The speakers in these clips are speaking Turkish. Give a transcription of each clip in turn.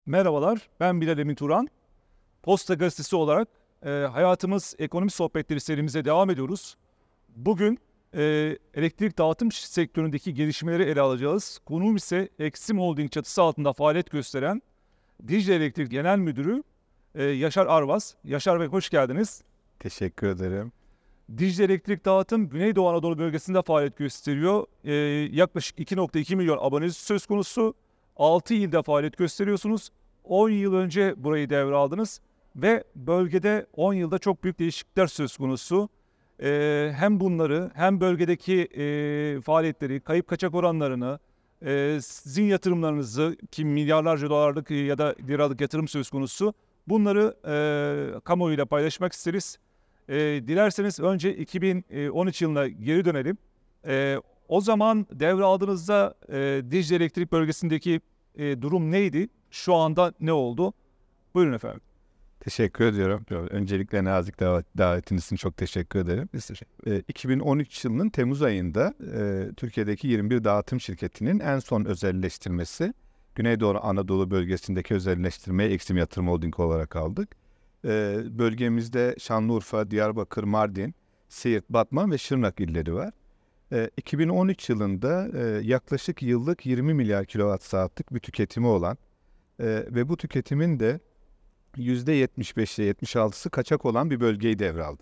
Merhabalar, ben Bilal Emin Turan. Posta Gazetesi olarak Hayatımız Ekonomi Sohbetleri serimize devam ediyoruz. Bugün elektrik dağıtım sektöründeki gelişmeleri ele alacağız. Konuğum ise Eksim Holding çatısı altında faaliyet gösteren Dicle Elektrik Genel Müdürü Yaşar Arvaz. Yaşar Bey hoş geldiniz. Teşekkür ederim. Dicle Elektrik Dağıtım Güneydoğu Anadolu bölgesinde faaliyet gösteriyor. Yaklaşık 2,2 milyon abonesi söz konusu. 6 ilde faaliyet gösteriyorsunuz. 10 yıl önce burayı devraldınız ve bölgede 10 yılda çok büyük değişiklikler söz konusu. Hem bunları hem bölgedeki faaliyetleri, kayıp kaçak oranlarını, sizin yatırımlarınızı ki milyarlarca dolarlık ya da liralık yatırım söz konusu bunları kamuoyuyla paylaşmak isteriz. Dilerseniz önce 2013 yılına geri dönelim. O zaman devraldığınızda Dicle Elektrik bölgesindeki durum neydi? Şu anda ne oldu? Buyurun efendim. Teşekkür ediyorum. Öncelikle nazik davetiniz için çok teşekkür ederim. 2013 yılının Temmuz ayında Türkiye'deki 21 dağıtım şirketinin en son özelleştirmesi Güneydoğu Anadolu bölgesindeki özelleştirmeye Eksim Yatırım Holding olarak aldık. Bölgemizde Şanlıurfa, Diyarbakır, Mardin, Siirt, Batman ve Şırnak illeri var. 2013 yılında yaklaşık yıllık 20 milyar kilowatt saatlik bir tüketimi olan ve bu tüketimin de %75'i 76'sı kaçak olan bir bölgeyi devraldık.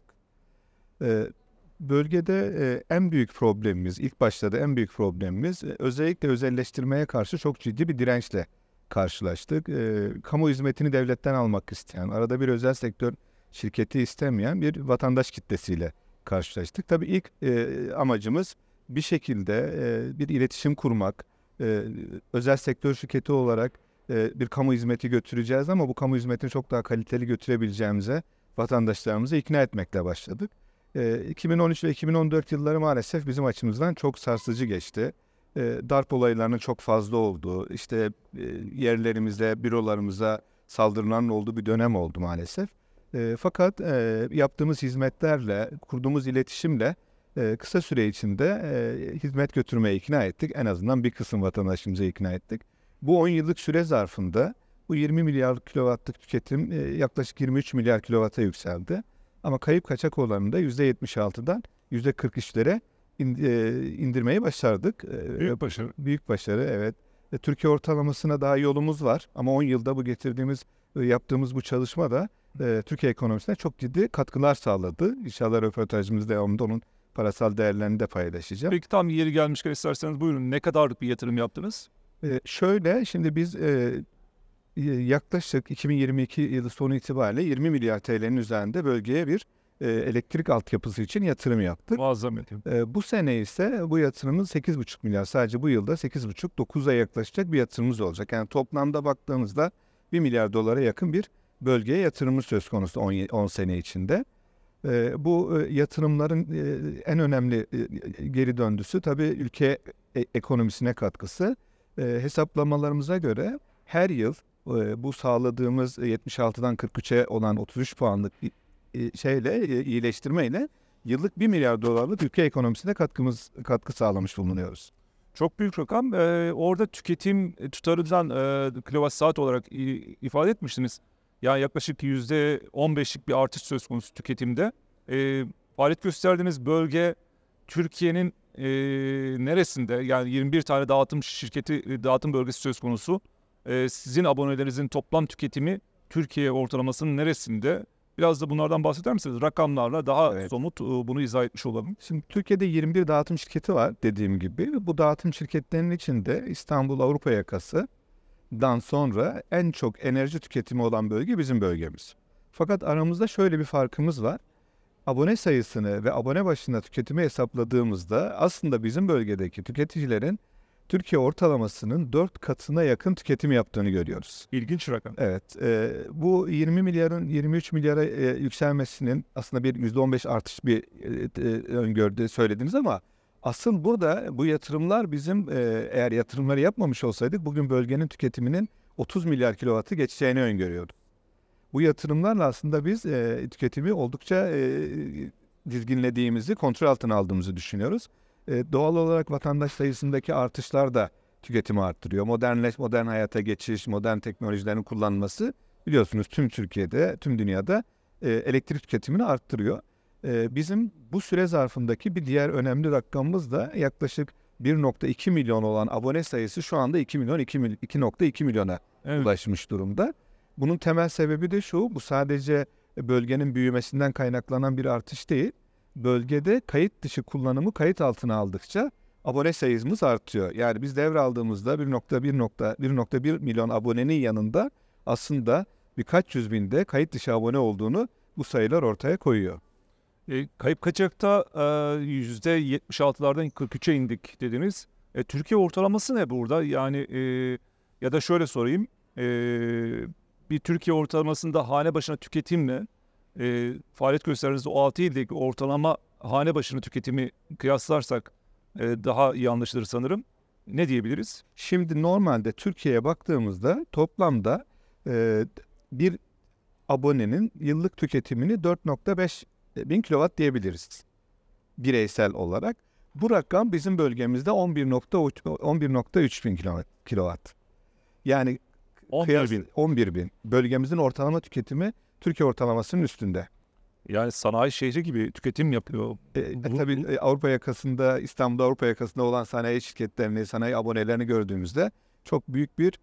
Bölgede en büyük problemimiz, ilk başta da en büyük problemimiz özellikle özelleştirmeye karşı çok ciddi bir dirençle karşılaştık. Kamu hizmetini devletten almak isteyen, arada bir özel sektör şirketi istemeyen bir vatandaş kitlesiyle karşılaştık. Tabii ilk amacımız bir şekilde bir iletişim kurmak, özel sektör şirketi olarak bir kamu hizmeti götüreceğiz ama bu kamu hizmetini çok daha kaliteli götürebileceğimize vatandaşlarımızı ikna etmekle başladık. 2013 ve 2014 yılları maalesef bizim açımızdan çok sarsıcı geçti. Darp olaylarının çok fazla olduğu, işte yerlerimize, bürolarımıza saldırıların olduğu bir dönem oldu maalesef. Fakat yaptığımız hizmetlerle, kurduğumuz iletişimle kısa süre içinde hizmet götürmeye ikna ettik. En azından bir kısım vatandaşımıza ikna ettik. Bu 10 yıllık süre zarfında bu 20 milyar kilowattlık tüketim yaklaşık 23 milyar kilowata yükseldi. Ama kayıp kaçak oranında %76'dan %43'lere indirmeyi başardık. Büyük başarı. Büyük başarı, evet. Türkiye ortalamasına daha yolumuz var. Ama 10 yılda bu yaptığımız bu çalışma da Türkiye ekonomisine çok ciddi katkılar sağladı. İnşallah röportajımız devamında onun parasal değerlerini de paylaşacağım. Peki tam yeri gelmişken isterseniz buyurun ne kadarlık bir yatırım yaptınız? Şimdi biz yaklaşık 2022 yılı sonu itibariyle 20 milyar TL'nin üzerinde bölgeye bir elektrik altyapısı için yatırım yaptık. Muazzam yatırım. Bu sene ise bu yatırımın 8,5 milyar, sadece bu yılda 8,5-9'a yaklaşacak bir yatırımımız olacak. Yani toplamda baktığımızda 1 milyar dolara yakın bir bölgeye yatırımımız söz konusu 10 sene içinde. Bu yatırımların en önemli geri döndüsü tabii ülke ekonomisine katkısı. Hesaplamalarımıza göre her yıl bu sağladığımız 76'dan 43'e olan 33 puanlık iyileştirmeyle yıllık 1 milyar dolarlık ülke ekonomisine katkı sağlamış bulunuyoruz. Çok büyük rakam. Orada tüketim tutarından kilowatt saat olarak ifade etmiştiniz. Yani yaklaşık %15'lik bir artış söz konusu tüketimde. Faaliyet gösterdiğiniz bölge Türkiye'nin neresinde? Yani 21 tane dağıtım şirketi, dağıtım bölgesi söz konusu. Sizin abonelerinizin toplam tüketimi Türkiye ortalamasının neresinde? Biraz da bunlardan bahseder misiniz? Rakamlarla daha somut bunu izah etmiş olalım. Şimdi Türkiye'de 21 dağıtım şirketi var dediğim gibi. Bu dağıtım şirketlerinin içinde İstanbul Avrupa yakasıdan sonra en çok enerji tüketimi olan bölge bizim bölgemiz. Fakat aramızda şöyle bir farkımız var. Abone sayısını ve abone başına tüketimi hesapladığımızda aslında bizim bölgedeki tüketicilerin Türkiye ortalamasının 4 katına yakın tüketim yaptığını görüyoruz. İlginç rakam. Evet, bu 20 milyarın 23 milyara yükselmesinin aslında bir %15 artış bir öngördüğü söylediniz ama asıl burada bu yatırımlar bizim eğer yatırımları yapmamış olsaydık bugün bölgenin tüketiminin 30 milyar kilovatı geçeceğini öngörüyorduk. Bu yatırımlarla aslında biz tüketimi oldukça dizginlediğimizi, kontrol altına aldığımızı düşünüyoruz. Doğal olarak vatandaş sayısındaki artışlar da tüketimi arttırıyor. Modern hayata geçiş, modern teknolojilerin kullanması biliyorsunuz tüm Türkiye'de, tüm dünyada elektrik tüketimini arttırıyor. Bizim bu süre zarfındaki bir diğer önemli rakamımız da yaklaşık 1,2 milyon olan abone sayısı şu anda 2,2 milyona Evet. ulaşmış durumda. Bunun temel sebebi de şu, bu sadece bölgenin büyümesinden kaynaklanan bir artış değil. Bölgede kayıt dışı kullanımı kayıt altına aldıkça abone sayımız artıyor. Yani biz devraldığımızda 1,1 milyon abonenin yanında aslında birkaç yüz binde kayıt dışı abone olduğunu bu sayılar ortaya koyuyor. Kayıp kaçakta %76'lardan 43'e indik dediniz. Türkiye ortalaması ne burada? Yani ya da şöyle sorayım. E, Bir Türkiye ortalamasında hane başına tüketimle faaliyet gösterdiğiniz o 6 ildeki ortalama hane başına tüketimi kıyaslarsak daha iyi anlaşılır sanırım. Ne diyebiliriz? Şimdi normalde Türkiye'ye baktığımızda toplamda bir abonenin yıllık tüketimini 4,5 bin kilowatt diyebiliriz bireysel olarak. Bu rakam bizim bölgemizde 11,3 bin kilowatt. Yani 11 bin. 11 bin. Bölgemizin ortalama tüketimi Türkiye ortalamasının üstünde. Yani sanayi şehri gibi tüketim yapıyor. Tabii Avrupa yakasında, İstanbul'da Avrupa yakasında olan sanayi şirketlerini, sanayi abonelerini gördüğümüzde çok büyük bir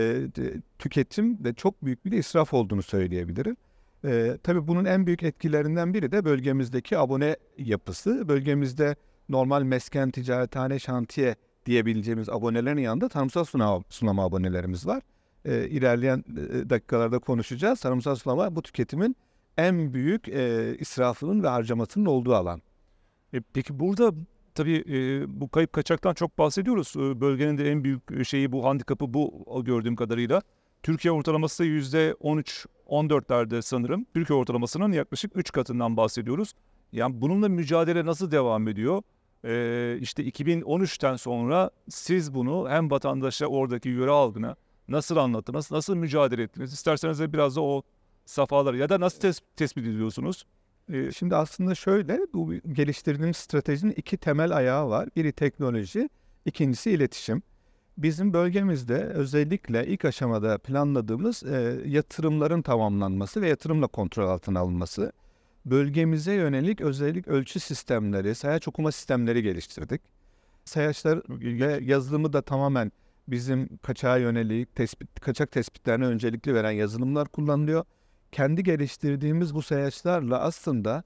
tüketim ve çok büyük bir de israf olduğunu söyleyebilirim. Tabii bunun en büyük etkilerinden biri de bölgemizdeki abone yapısı. Bölgemizde normal mesken, ticarethane, şantiye diyebileceğimiz abonelerin yanında tarımsal sulama abonelerimiz var. İlerleyen dakikalarda konuşacağız. Tarımsal sulama bu tüketimin en büyük israfının ve harcamasının olduğu alan. Peki burada tabii bu kayıp kaçaktan çok bahsediyoruz. Bölgenin de en büyük şeyi bu, handikapı bu gördüğüm kadarıyla. Türkiye ortalaması %13-14'lerde sanırım. Türkiye ortalamasının yaklaşık 3 katından bahsediyoruz. Yani bununla mücadele nasıl devam ediyor? İşte 2013'ten sonra siz bunu hem vatandaşa, oradaki yöre halkına nasıl anlattınız, nasıl mücadele ettiniz? İsterseniz de biraz da o safhaları ya da nasıl tespit ediyorsunuz? Şimdi aslında şöyle, bu geliştirdiğimiz stratejinin iki temel ayağı var. Biri teknoloji, ikincisi iletişim. Bizim bölgemizde özellikle ilk aşamada planladığımız yatırımların tamamlanması ve yatırımla kontrol altına alınması. Bölgemize yönelik özellik ölçü sistemleri, sayaç okuma sistemleri geliştirdik. Sayaçlar ve yazılımı da tamamen bizim kaçağa yönelik kaçak tespitlerine öncelikli veren yazılımlar kullanılıyor. Kendi geliştirdiğimiz bu sayaçlarla aslında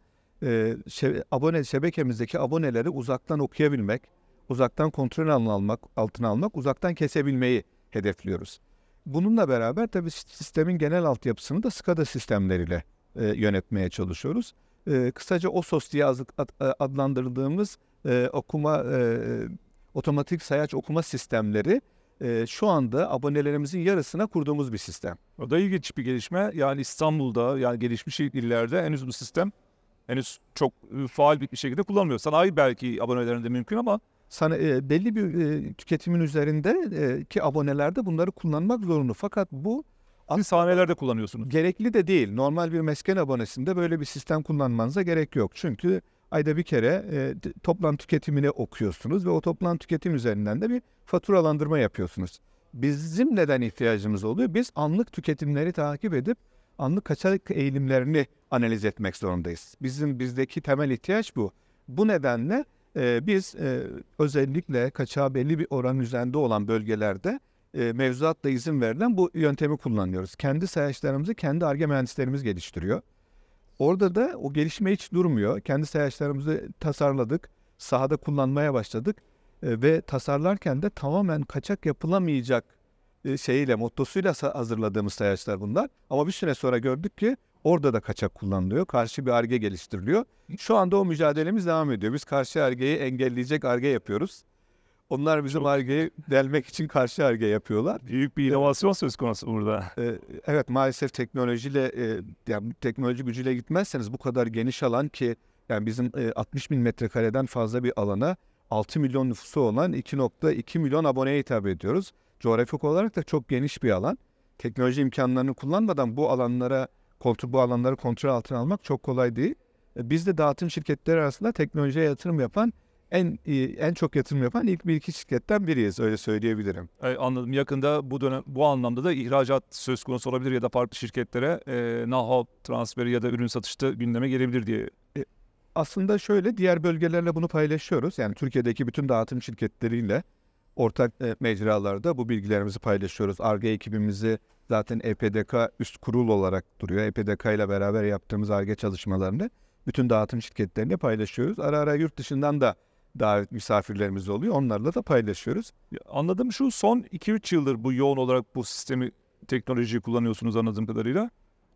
şebekemizdeki aboneleri uzaktan okuyabilmek, uzaktan kontrol altına almak, uzaktan kesebilmeyi hedefliyoruz. Bununla beraber tabii sistemin genel altyapısını da SCADA sistemleriyle yönetmeye çalışıyoruz. Kısaca OSOS diye adlandırdığımız otomatik sayaç okuma sistemleri şu anda abonelerimizin yarısına kurduğumuz bir sistem. O da ilginç bir gelişme. Yani İstanbul'da, yani gelişmiş illerde henüz bu sistem çok faal bir şekilde kullanılmıyor. Sanayi belki abonelerinde mümkün ama Belli bir tüketimin üzerinde ki abonelerde bunları kullanmak zorunlu. Fakat bu siz hanelerde kullanıyorsunuz. gerekli de değil. Normal bir mesken abonesinde böyle bir sistem kullanmanıza gerek yok. Çünkü ayda bir kere toplam tüketimini okuyorsunuz ve o toplam tüketim üzerinden de bir faturalandırma yapıyorsunuz. Bizim neden ihtiyacımız oluyor? Biz anlık tüketimleri takip edip anlık kaçak eğilimlerini analiz etmek zorundayız. Bizdeki temel ihtiyaç bu. Bu nedenle biz özellikle kaçağı belli bir oran üzerinde olan bölgelerde mevzuatla izin verilen bu yöntemi kullanıyoruz. Kendi sayaçlarımızı kendi Ar-Ge mühendislerimiz geliştiriyor. Orada da o gelişme hiç durmuyor. Kendi sayaçlarımızı tasarladık, sahada kullanmaya başladık ve tasarlarken de tamamen kaçak yapılamayacak mottosuyla hazırladığımız sayaçlar bunlar. Ama bir süre sonra gördük ki orada da kaçak kullanılıyor. Karşı bir Ar-Ge geliştiriliyor. Şu anda o mücadelemiz devam ediyor. Biz karşı Ar-Ge'yi engelleyecek Ar-Ge yapıyoruz. Onlar bizim Ar-Ge'yi delmek için karşı Ar-Ge yapıyorlar. Büyük bir inovasyon söz konusu burada. Evet, maalesef teknolojiyle yani teknoloji gücüyle gitmezseniz bu kadar geniş alan ki yani bizim 60 bin metrekareden fazla bir alana 6 milyon nüfusu olan 2,2 milyon aboneye hitap ediyoruz. Coğrafik olarak da çok geniş bir alan. Teknoloji imkanlarını kullanmadan bu alanları kontrol altına almak çok kolay değil. Biz de dağıtım şirketleri arasında teknolojiye yatırım yapan en çok yatırım yapan ilk bir iki şirketten biriyiz, öyle söyleyebilirim. Anladım. Yakında bu dönem bu anlamda da ihracat söz konusu olabilir ya da farklı şirketlere know-how transferi ya da ürün satışta gündeme gelebilir diye. E, Aslında şöyle, diğer bölgelerle bunu paylaşıyoruz. Yani Türkiye'deki bütün dağıtım şirketleriyle ortak mecralarda bu bilgilerimizi paylaşıyoruz. Ar-Ge ekibimizi zaten EPDK üst kurul olarak duruyor. EPDK ile beraber yaptığımız Ar-Ge çalışmalarını bütün dağıtım şirketlerine paylaşıyoruz. Ara ara yurt dışından da davet misafirlerimiz oluyor. Onlarla da paylaşıyoruz. Anladım, şu son 2-3 yıldır bu yoğun olarak bu sistemi, teknolojiyi kullanıyorsunuz anladığım kadarıyla.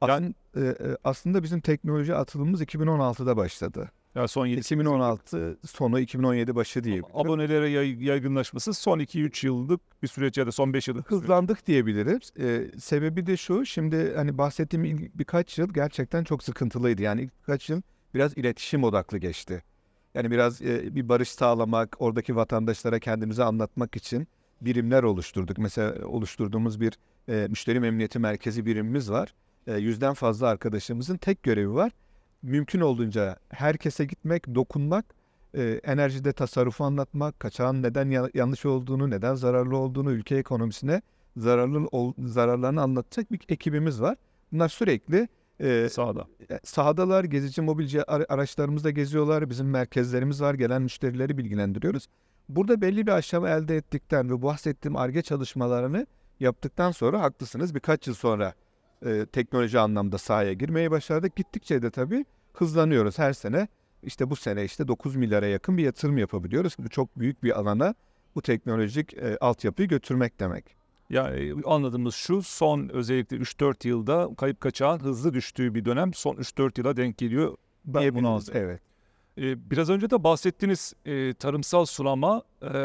Aslında bizim teknoloji atılımımız 2016'da başladı. Ya son 2016 sonu 2017 başı diyebilirim. abonelere yaygınlaşması son 2-3 yıllık bir süreç ya da son 5 yıllık bir süreç. Hızlandık diyebiliriz. Sebebi de şu, şimdi hani bahsettiğim ilk birkaç yıl gerçekten çok sıkıntılıydı. Yani ilk birkaç yıl biraz iletişim odaklı geçti. Yani biraz bir barış sağlamak, oradaki vatandaşlara kendimizi anlatmak için birimler oluşturduk. Mesela oluşturduğumuz bir müşteri memnuniyeti merkezi birimimiz var. 100'den fazla arkadaşımızın tek görevi var. Mümkün olduğunca herkese gitmek, dokunmak, enerjide tasarrufu anlatmak, kaçağın neden yanlış olduğunu, neden zararlı olduğunu, ülke ekonomisine zararlarını anlatacak bir ekibimiz var. Bunlar sürekli Sağda. sahadalar, gezici mobil araçlarımızda geziyorlar. Bizim merkezlerimiz var, gelen müşterileri bilgilendiriyoruz. Burada belli bir aşama elde ettikten ve bahsettiğim Ar-Ge çalışmalarını yaptıktan sonra, haklısınız, birkaç yıl sonra teknoloji anlamda sahaya girmeye başladık. Gittikçe de tabii hızlanıyoruz her sene. İşte bu sene 9 milyara yakın bir yatırım yapabiliyoruz. Bu çok büyük bir alana bu teknolojik altyapıyı götürmek demek. Yani anladığımız şu, son özellikle 3-4 yılda kayıp kaçağın hızlı düştüğü bir dönem son 3-4 yıla denk geliyor. Ben bunu aldım. Evet. Biraz önce de bahsettiğiniz tarımsal sulama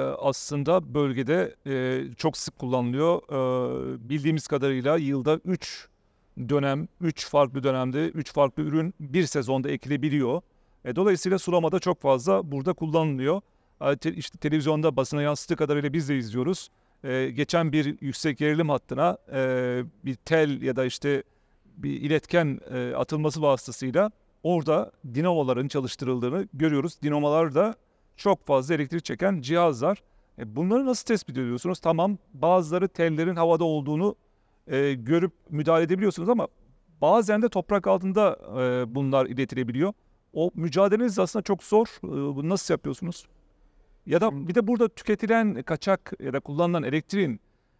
aslında bölgede çok sık kullanılıyor. Bildiğimiz kadarıyla yılda 3 dönem, 3 farklı dönemde 3 farklı ürün bir sezonda ekilebiliyor. Dolayısıyla sulamada çok fazla burada kullanılıyor. İşte televizyonda basına yansıttığı kadarıyla biz de izliyoruz. Geçen bir yüksek gerilim hattına bir tel ya da işte bir iletken atılması vasıtasıyla orada dinamoların çalıştırıldığını görüyoruz. Dinamolar da çok fazla elektrik çeken cihazlar. Bunları nasıl tespit ediyorsunuz? Tamam, bazıları tellerin havada olduğunu görüp müdahale edebiliyorsunuz ama bazen de toprak altında bunlar iletilebiliyor. O mücadeleniz aslında çok zor. Bunu nasıl yapıyorsunuz? Ya da bir de burada tüketilen kaçak ya da kullanılan elektriğin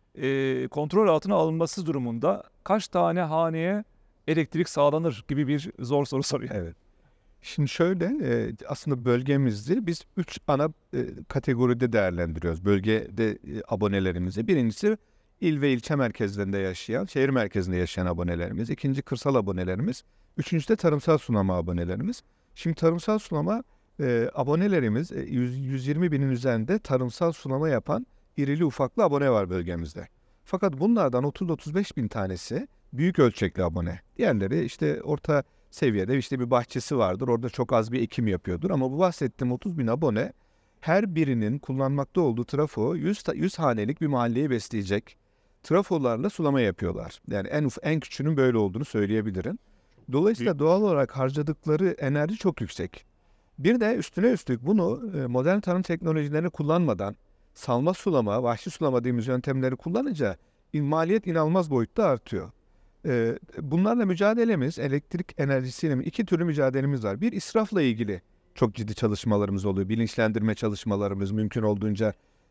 kontrol altına alınması durumunda kaç tane haneye elektrik sağlanır gibi bir zor soru soruyor. Evet. Şimdi şöyle, aslında bölgemizde biz 3 ana kategoride değerlendiriyoruz bölgede abonelerimizi. Birincisi il ve ilçe merkezlerinde yaşayan, şehir merkezinde yaşayan abonelerimiz. İkinci kırsal abonelerimiz. Üçüncüsü de tarımsal sulama abonelerimiz. Şimdi tarımsal sulama abonelerimiz 120 binin üzerinde tarımsal sulama yapan irili ufaklı abone var bölgemizde. Fakat bunlardan 30-35 bin tanesi büyük ölçekli abone. Diğerleri işte orta seviyede, işte bir bahçesi vardır. Orada çok az bir ekim yapıyordur. Ama bu bahsettiğim 30 bin abone her birinin kullanmakta olduğu trafo 100 hanelik bir mahalleyi besleyecek trafolarla sulama yapıyorlar. Yani en küçüğünün böyle olduğunu söyleyebilirim. Dolayısıyla doğal olarak harcadıkları enerji çok yüksek. Bir de üstüne üstlük bunu modern tarım teknolojilerini kullanmadan salma sulama, vahşi sulama dediğimiz yöntemleri kullanınca maliyet inanılmaz boyutta artıyor. Bunlarla mücadelemiz, elektrik enerjisiyle iki türlü mücadelemiz var. Bir, israfla ilgili çok ciddi çalışmalarımız oluyor. Bilinçlendirme çalışmalarımız, mümkün olduğunca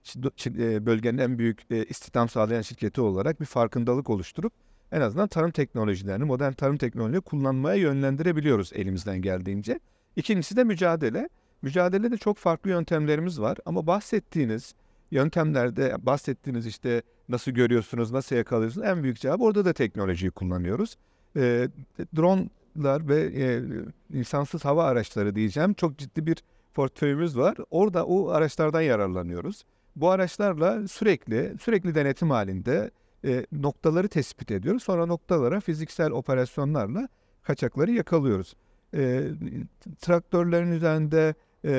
bölgenin en büyük istihdam sağlayan şirketi olarak bir farkındalık oluşturup en azından tarım teknolojilerini, modern tarım teknolojilerini kullanmaya yönlendirebiliyoruz elimizden geldiğince. İkincisi de mücadele. Mücadelede çok farklı yöntemlerimiz var ama bahsettiğiniz yöntemlerde, bahsettiğiniz işte nasıl görüyorsunuz, nasıl yakalıyorsunuz, en büyük cevap orada da teknolojiyi kullanıyoruz. Dronelar ve insansız hava araçları diyeceğim, çok ciddi bir portföyümüz var. Orada o araçlardan yararlanıyoruz. Bu araçlarla sürekli denetim halinde noktaları tespit ediyoruz. Sonra noktalara fiziksel operasyonlarla kaçakları yakalıyoruz. Traktörlerin üzerinde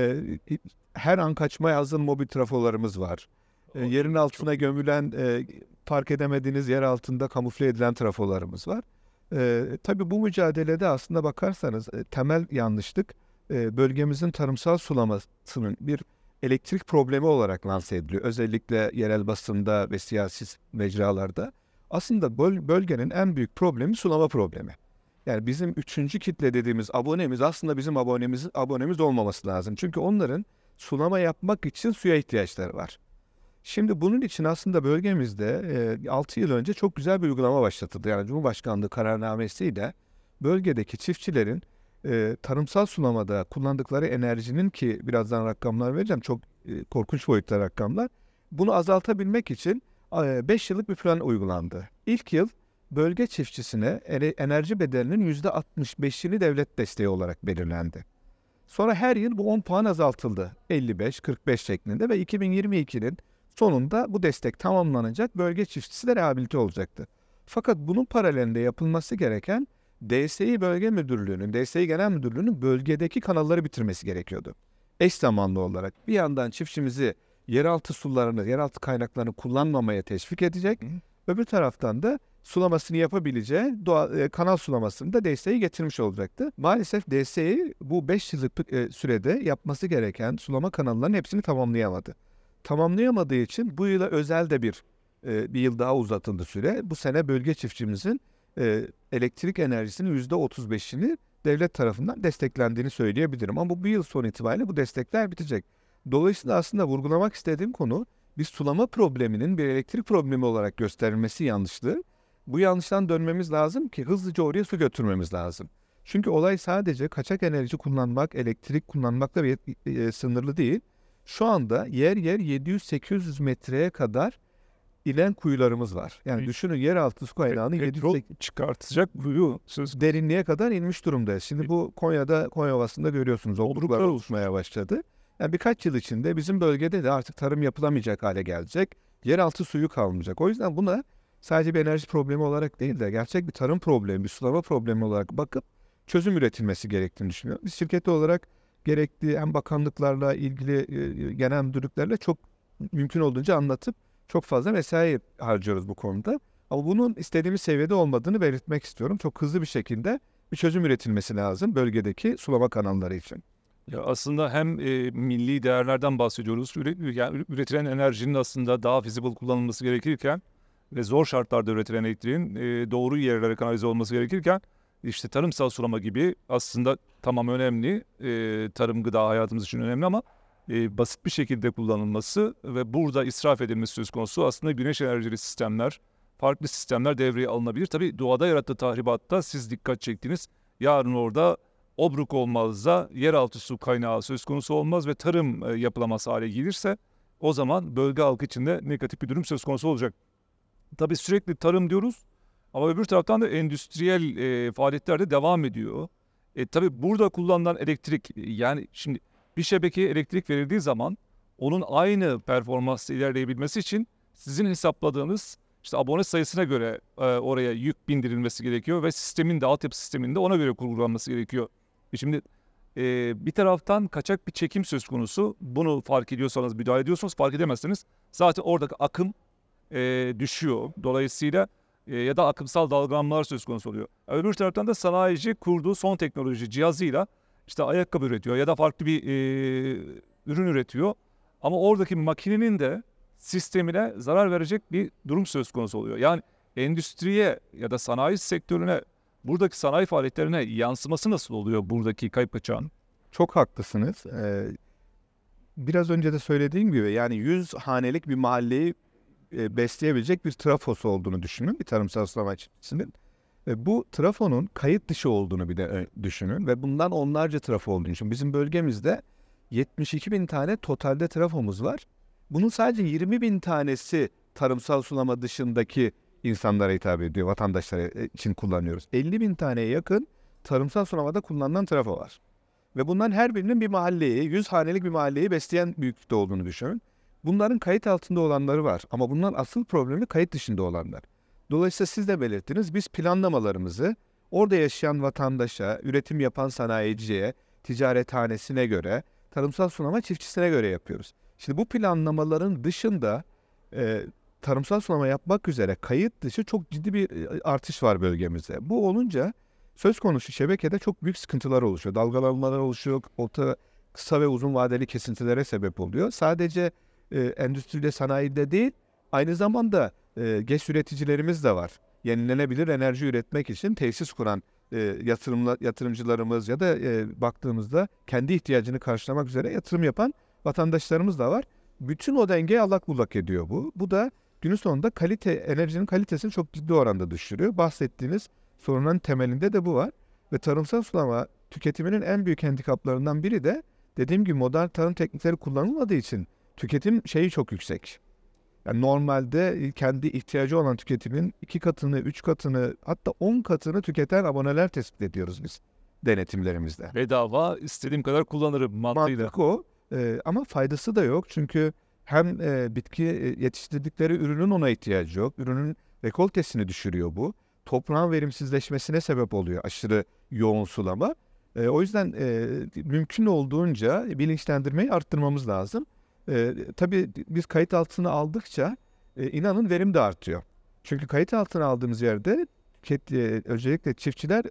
her an kaçmaya hazır mobil trafolarımız var. Yerin altına gömülen, fark edemediğiniz yer altında kamufle edilen trafolarımız var. Tabii bu mücadelede aslında bakarsanız temel yanlışlık bölgemizin tarımsal sulamasının bir elektrik problemi olarak lanse ediliyor. Özellikle yerel basında ve siyasi mecralarda. Aslında bölgenin en büyük problemi sulama problemi. Yani bizim üçüncü kitle dediğimiz abonemiz aslında bizim abonemiz olmaması lazım. Çünkü onların sulama yapmak için suya ihtiyaçları var. Şimdi bunun için aslında bölgemizde 6 yıl önce çok güzel bir uygulama başlatıldı. Yani Cumhurbaşkanlığı kararnamesiyle bölgedeki çiftçilerin tarımsal sulamada kullandıkları enerjinin, ki birazdan rakamlar vereceğim, çok korkunç boyutta rakamlar. Bunu azaltabilmek için 5 yıllık bir plan uygulandı. İlk yıl bölge çiftçisine enerji bedelinin %65'ini devlet desteği olarak belirlendi. Sonra her yıl bu 10 puan azaltıldı. 55, 45 şeklinde ve 2022'nin sonunda bu destek tamamlanacak, bölge çiftçisi de rehabilite olacaktı. Fakat bunun paralelinde yapılması gereken DSİ Bölge Müdürlüğü'nün, DSİ Genel Müdürlüğü'nün bölgedeki kanalları bitirmesi gerekiyordu. Eş zamanlı olarak bir yandan çiftçimizi yeraltı sularını, yeraltı kaynaklarını kullanmamaya teşvik edecek, öbür taraftan da sulamasını yapabileceği kanal sulamasını da DSİ getirmiş olacaktı. Maalesef DSİ bu 5 yıllık sürede yapması gereken sulama kanallarının hepsini tamamlayamadı. Tamamlayamadığı için bu yıla özel de bir yıl daha uzatıldı süre. Bu sene bölge çiftçimizin elektrik enerjisinin %35'ini devlet tarafından desteklendiğini söyleyebilirim. Ama bu yıl son itibariyle bu destekler bitecek. Dolayısıyla aslında vurgulamak istediğim konu, bir sulama probleminin bir elektrik problemi olarak gösterilmesi yanlışlığı. Bu yanlıştan dönmemiz lazım ki hızlıca oraya su götürmemiz lazım. Çünkü olay sadece kaçak enerji kullanmak, elektrik kullanmakla sınırlı değil. Şu anda yer yer 700-800 metreye kadar inen kuyularımız var. Yani düşünün, yeraltı su kaynağını 700 çıkartacak kuyu söz derinliğe kadar inmiş durumda. Şimdi bu Konya'da, Konya Ovası'nda görüyorsunuz. Obruklar oluşmaya başladı. Yani birkaç yıl içinde bizim bölgede de artık tarım yapılamayacak hale gelecek. Yeraltı suyu kalmayacak. O yüzden buna sadece bir enerji problemi olarak değil de gerçek bir tarım problemi, bir sulama problemi olarak bakıp çözüm üretilmesi gerektiğini düşünüyorum. Biz şirket olarak gerekli hem bakanlıklarla ilgili genel müdürlüklerle çok mümkün olduğunca anlatıp çok fazla mesai harcıyoruz bu konuda. Ama bunun istediğimiz seviyede olmadığını belirtmek istiyorum. Çok hızlı bir şekilde bir çözüm üretilmesi lazım bölgedeki sulama kanalları için. Ya aslında hem milli değerlerden bahsediyoruz. Yani üretilen enerjinin aslında daha feasible kullanılması gerekirken ve zor şartlarda üretilen elektriğin doğru yerlere kanalize olması gerekirken, işte tarımsal sulama gibi aslında tamam önemli. Tarım, gıda hayatımız için önemli ama basit bir şekilde kullanılması ve burada israf edilmesi söz konusu. Aslında güneş enerjili sistemler, farklı sistemler devreye alınabilir. Tabii doğada yarattığı tahribatta siz dikkat çektiniz. Yarın orada obruk olmaz da yeraltı su kaynağı söz konusu olmaz ve tarım yapılamaz hale gelirse o zaman bölge halkı için de negatif bir durum söz konusu olacak. Tabii sürekli tarım diyoruz ama öbür taraftan da endüstriyel faaliyetler de devam ediyor. Tabii burada kullanılan elektrik, yani şimdi bir şebekeye elektrik verildiği zaman onun aynı performansla ilerleyebilmesi için sizin hesapladığınız işte abone sayısına göre oraya yük bindirilmesi gerekiyor ve sistemin de, altyapı sisteminde ona göre kurgulanması gerekiyor. Şimdi bir taraftan kaçak bir çekim söz konusu. Bunu fark ediyorsanız, müdahale ediyorsanız, fark edemezseniz zaten oradaki akım düşüyor. Dolayısıyla ya da akımsal dalgalanmalar söz konusu oluyor. Öbür taraftan da sanayici kurduğu son teknoloji cihazıyla işte ayakkabı üretiyor ya da farklı bir ürün üretiyor. Ama oradaki makinenin de sistemine zarar verecek bir durum söz konusu oluyor. Yani endüstriye ya da sanayi sektörüne, buradaki sanayi faaliyetlerine yansıması nasıl oluyor buradaki kayıp kaçağın? Çok haklısınız. Biraz önce de söylediğim gibi, yani 100 hanelik bir mahalleyi besleyebilecek bir trafosu olduğunu düşünün, bir tarımsal sulama çiftçisinin. Bu trafonun kayıt dışı olduğunu bir de düşünün ve bundan onlarca trafo olduğunu düşünün. Bizim bölgemizde 72 bin tane totalde trafomuz var. Bunun sadece 20 bin tanesi tarımsal sulama dışındaki insanlara hitap ediyor, vatandaşlara için kullanıyoruz. 50 bin taneye yakın tarımsal sulamada kullanılan trafo var. Ve bundan her birinin bir mahalleyi, 100 hanelik bir mahalleyi besleyen büyüklükte olduğunu düşünün. Bunların kayıt altında olanları var ama bunların asıl problemi kayıt dışında olanlar. Dolayısıyla siz de belirttiniz, biz planlamalarımızı orada yaşayan vatandaşa, üretim yapan sanayiciye, ticarethanesine göre, tarımsal sulama çiftçisine göre yapıyoruz. Şimdi bu planlamaların dışında tarımsal sulama yapmak üzere kayıt dışı çok ciddi bir artış var bölgemizde. Bu olunca söz konusu şebekede çok büyük sıkıntılar oluşuyor. Dalgalanmalar oluşuyor, kısa ve uzun vadeli kesintilere sebep oluyor. Sadece endüstride, sanayide değil, aynı zamanda GES üreticilerimiz de var. Yenilenebilir enerji üretmek için tesis kuran yatırımcılarımız ya da baktığımızda kendi ihtiyacını karşılamak üzere yatırım yapan vatandaşlarımız da var. Bütün o dengeyi allak bullak ediyor bu. Bu da günün sonunda enerjinin kalitesini çok ciddi oranda düşürüyor. Bahsettiğiniz sorunun temelinde de bu var. Ve tarımsal sulama tüketiminin en büyük handikaplarından biri de dediğim gibi modern tarım teknikleri kullanılmadığı için tüketim şeyi çok yüksek. Yani normalde kendi ihtiyacı olan tüketimin 2 katını, 3 katını, hatta 10 katını tüketen aboneler tespit ediyoruz biz denetimlerimizde. Bedava istediğim kadar kullanırım mantığıyla. Mantık o. Ama faydası da yok. Çünkü hem bitki yetiştirdikleri ürünün ona ihtiyacı yok. Ürünün rekoltesini düşürüyor bu. Toprağın verimsizleşmesine sebep oluyor aşırı yoğun sulama. O yüzden mümkün olduğunca bilinçlendirmeyi arttırmamız lazım. Tabii biz kayıt altına aldıkça inanın verim de artıyor. Çünkü kayıt altına aldığımız yerde özellikle çiftçiler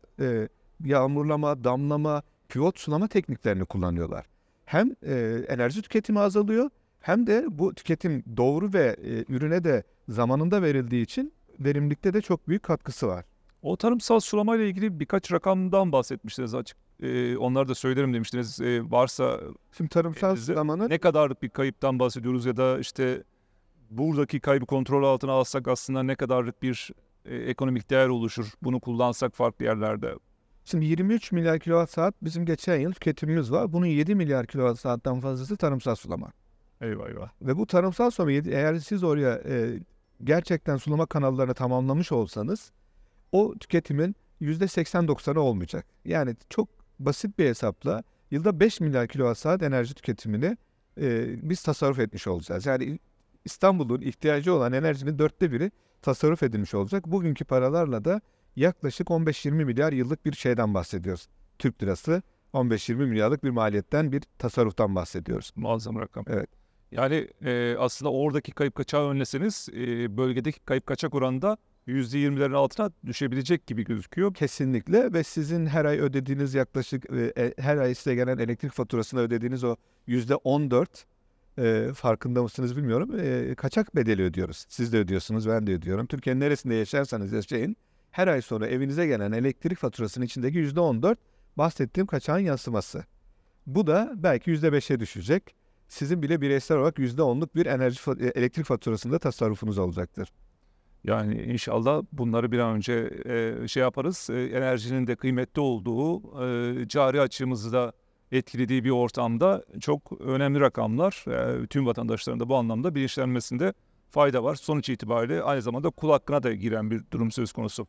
yağmurlama, damlama, pivot sulama tekniklerini kullanıyorlar. Hem enerji tüketimi azalıyor hem de bu tüketim doğru ve ürüne de zamanında verildiği için verimlilikte de çok büyük katkısı var. O tarımsal sulama ile ilgili birkaç rakamdan bahsetmiştiniz açık. Onları da söylerim demiştiniz. Varsa Şimdi tarımsal elinizde sulamanın ne kadarlık bir kayıptan bahsediyoruz ya da işte buradaki kaybı kontrol altına alsak aslında ne kadarlık bir ekonomik değer oluşur bunu kullansak farklı yerlerde. şimdi 23 milyar kilowatt saat bizim geçen yıl tüketimimiz var. Bunun 7 milyar kilowatt saatten fazlası tarımsal sulama. Eyvah eyvah. Ve bu tarımsal sulama eğer siz oraya gerçekten sulama kanallarını tamamlamış olsanız o tüketimin %80-90'ı olmayacak. Yani çok basit bir hesapla yılda 5 milyar kilowatt saat enerji tüketimini biz tasarruf etmiş olacağız. Yani İstanbul'un ihtiyacı olan enerjinin 1/4'ü tasarruf edilmiş olacak. Bugünkü paralarla da yaklaşık 15-20 milyar yıllık bir şeyden bahsediyoruz. Türk lirası 15-20 milyarlık bir maliyetten bir tasarruftan bahsediyoruz. Muazzam rakam. Evet. Yani aslında oradaki kayıp kaçağı önleseniz bölgedeki kayıp kaçak oranında %20'lerin altına düşebilecek gibi gözüküyor. Kesinlikle ve sizin her ay ödediğiniz yaklaşık her ay size gelen elektrik faturasına ödediğiniz o %14 farkında mısınız bilmiyorum. Kaçak bedeli ödüyoruz. Siz de ödüyorsunuz, ben de ödüyorum. Türkiye'nin neresinde yaşarsanız yaşayın. Her ay sonra evinize gelen elektrik faturasının içindeki %14 bahsettiğim kaçağın yansıması. Bu da belki %5'e düşecek. Sizin bile bireysel olarak %10'luk bir elektrik faturasında tasarrufunuz olacaktır. Yani inşallah bunları bir an önce şey yaparız. Enerjinin de kıymetli olduğu, cari açığımızı da etkilediği bir ortamda çok önemli rakamlar. Tüm vatandaşların da bu anlamda bilinçlenmesinde fayda var. Sonuç itibariyle aynı zamanda kul hakkına da giren bir durum söz konusu.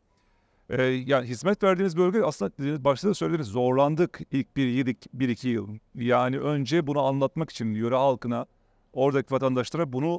Yani hizmet verdiğiniz bölge aslında başta da söylediniz zorlandık ilk bir iki yıl. Yani önce bunu anlatmak için yöre halkına, oradaki vatandaşlara bunu